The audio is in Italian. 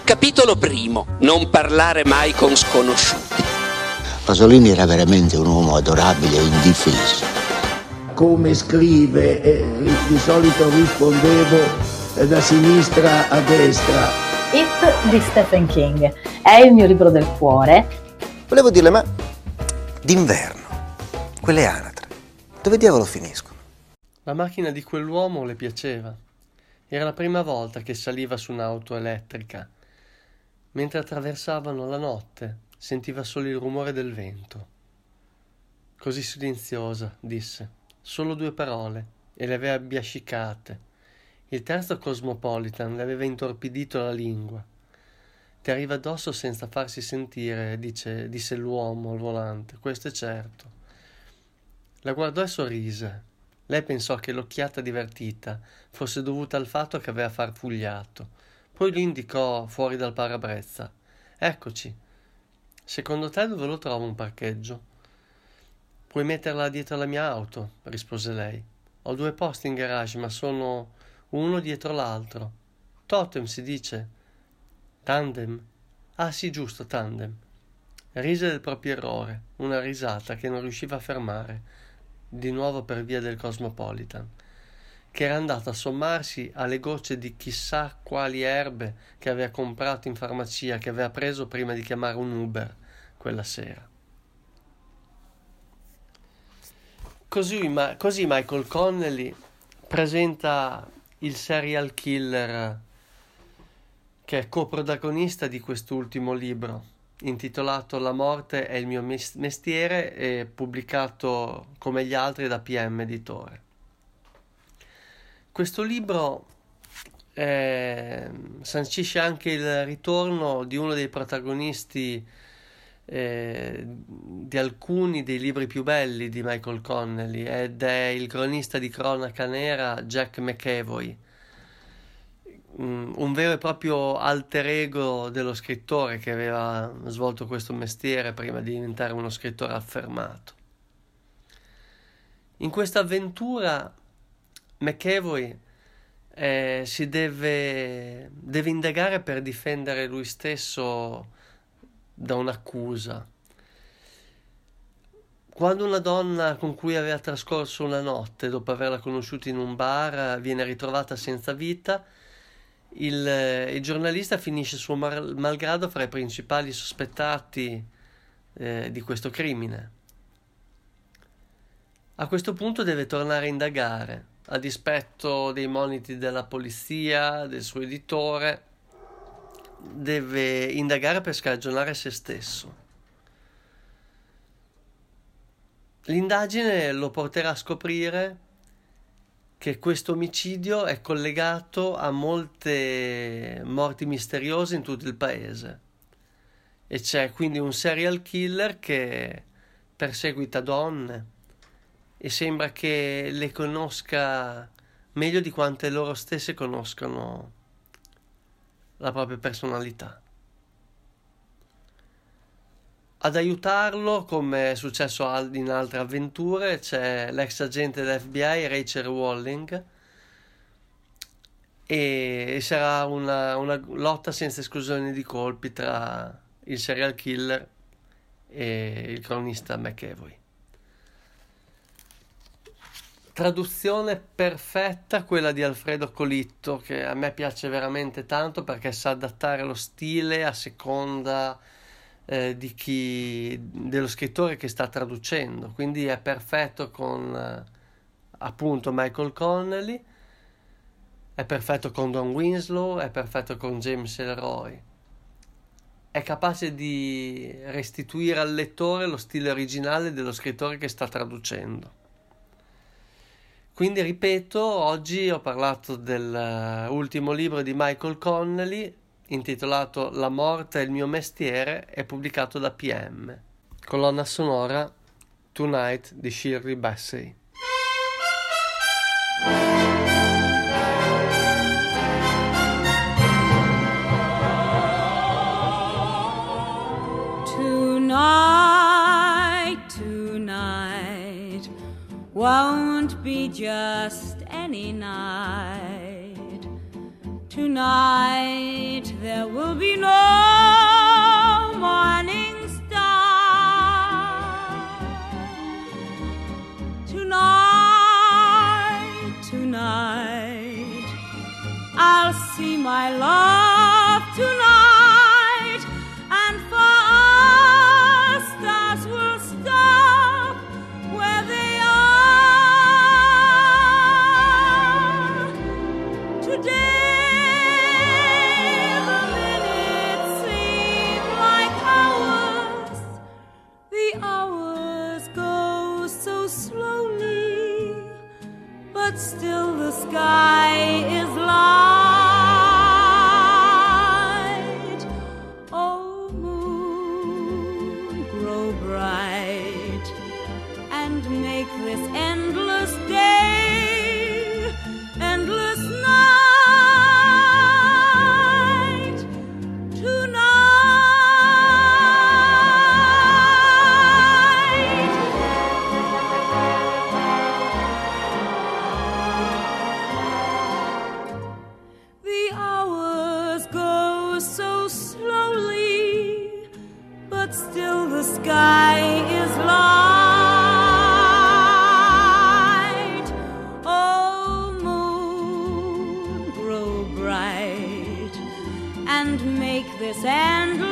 Capitolo primo. Non parlare mai con sconosciuti. Pasolini era veramente un uomo adorabile e indifeso. Come scrive, di solito rispondevo da sinistra a destra. It di Stephen King è il mio libro del cuore. Volevo dirle, ma d'inverno, quelle anatre, dove diavolo finiscono? La macchina di quell'uomo le piaceva. Era la prima volta che saliva su un'auto elettrica. Mentre attraversavano la notte, sentiva solo il rumore del vento. Così silenziosa, disse, solo 2 parole, e le aveva abbiascicate. Il terzo Cosmopolitan le aveva intorpidito la lingua. Ti arriva addosso senza farsi sentire, disse l'uomo al volante, questo è certo. La guardò e sorrise. Lei pensò che l'occhiata divertita fosse dovuta al fatto che aveva farfugliato. Poi lui indicò fuori dal parabrezza. Eccoci. Secondo te dove lo trovo un parcheggio? Puoi metterla dietro la mia auto, rispose lei. Ho 2 posti in garage, ma sono uno dietro l'altro. Totem si dice. Tandem? Ah sì, giusto, tandem. Rise del proprio errore, una risata che non riusciva a fermare. Di nuovo per via del Cosmopolitan, che era andato a sommarsi alle gocce di chissà quali erbe che aveva comprato in farmacia, che aveva preso prima di chiamare un Uber quella sera. Così Michael Connelly presenta il serial killer che è coprotagonista di quest'ultimo libro, intitolato La morte è il mio mestiere e pubblicato come gli altri da PM Editore. Questo libro sancisce anche il ritorno di uno dei protagonisti di alcuni dei libri più belli di Michael Connelly, ed è il cronista di cronaca nera Jack McEvoy, un vero e proprio alter ego dello scrittore che aveva svolto questo mestiere prima di diventare uno scrittore affermato. In questa avventura McEvoy si deve indagare per difendere lui stesso da un'accusa. Quando una donna con cui aveva trascorso una notte, dopo averla conosciuta in un bar, viene ritrovata senza vita, il giornalista finisce suo malgrado fra i principali sospettati di questo crimine. A questo punto deve tornare a indagare, a dispetto dei moniti della polizia, del suo editore. Deve indagare per scagionare se stesso. L'indagine lo porterà a scoprire che questo omicidio è collegato a molte morti misteriose in tutto il paese, e c'è quindi un serial killer che perseguita donne e sembra che le conosca meglio di quante loro stesse conoscono la propria personalità. Ad aiutarlo, come è successo in altre avventure, c'è l'ex agente dell'FBI Rachel Walling, e sarà una lotta senza esclusione di colpi tra il serial killer e il cronista McEvoy. Traduzione perfetta quella di Alfredo Colitto, che a me piace veramente tanto perché sa adattare lo stile a seconda dello scrittore che sta traducendo, quindi è perfetto con appunto Michael Connelly, è perfetto con Don Winslow, è perfetto con James Ellroy, è capace di restituire al lettore lo stile originale dello scrittore che sta traducendo. Quindi ripeto, oggi ho parlato dell'ultimo libro di Michael Connelly, intitolato La morte è il mio mestiere, è pubblicato da PM. Colonna sonora Tonight di Shirley Bassey. Tonight won't be just any night. Tonight there will be no morning star. Tonight, I'll see my love tonight, and for us stars will stop where they are. Today the minutes seem like hours, the hours go so slowly, but still the sky is light. Oh, moon, grow bright and make this endless day, endless night, tonight. The hours go so slowly, but still the sky is light. Oh, moon, grow bright and make this endless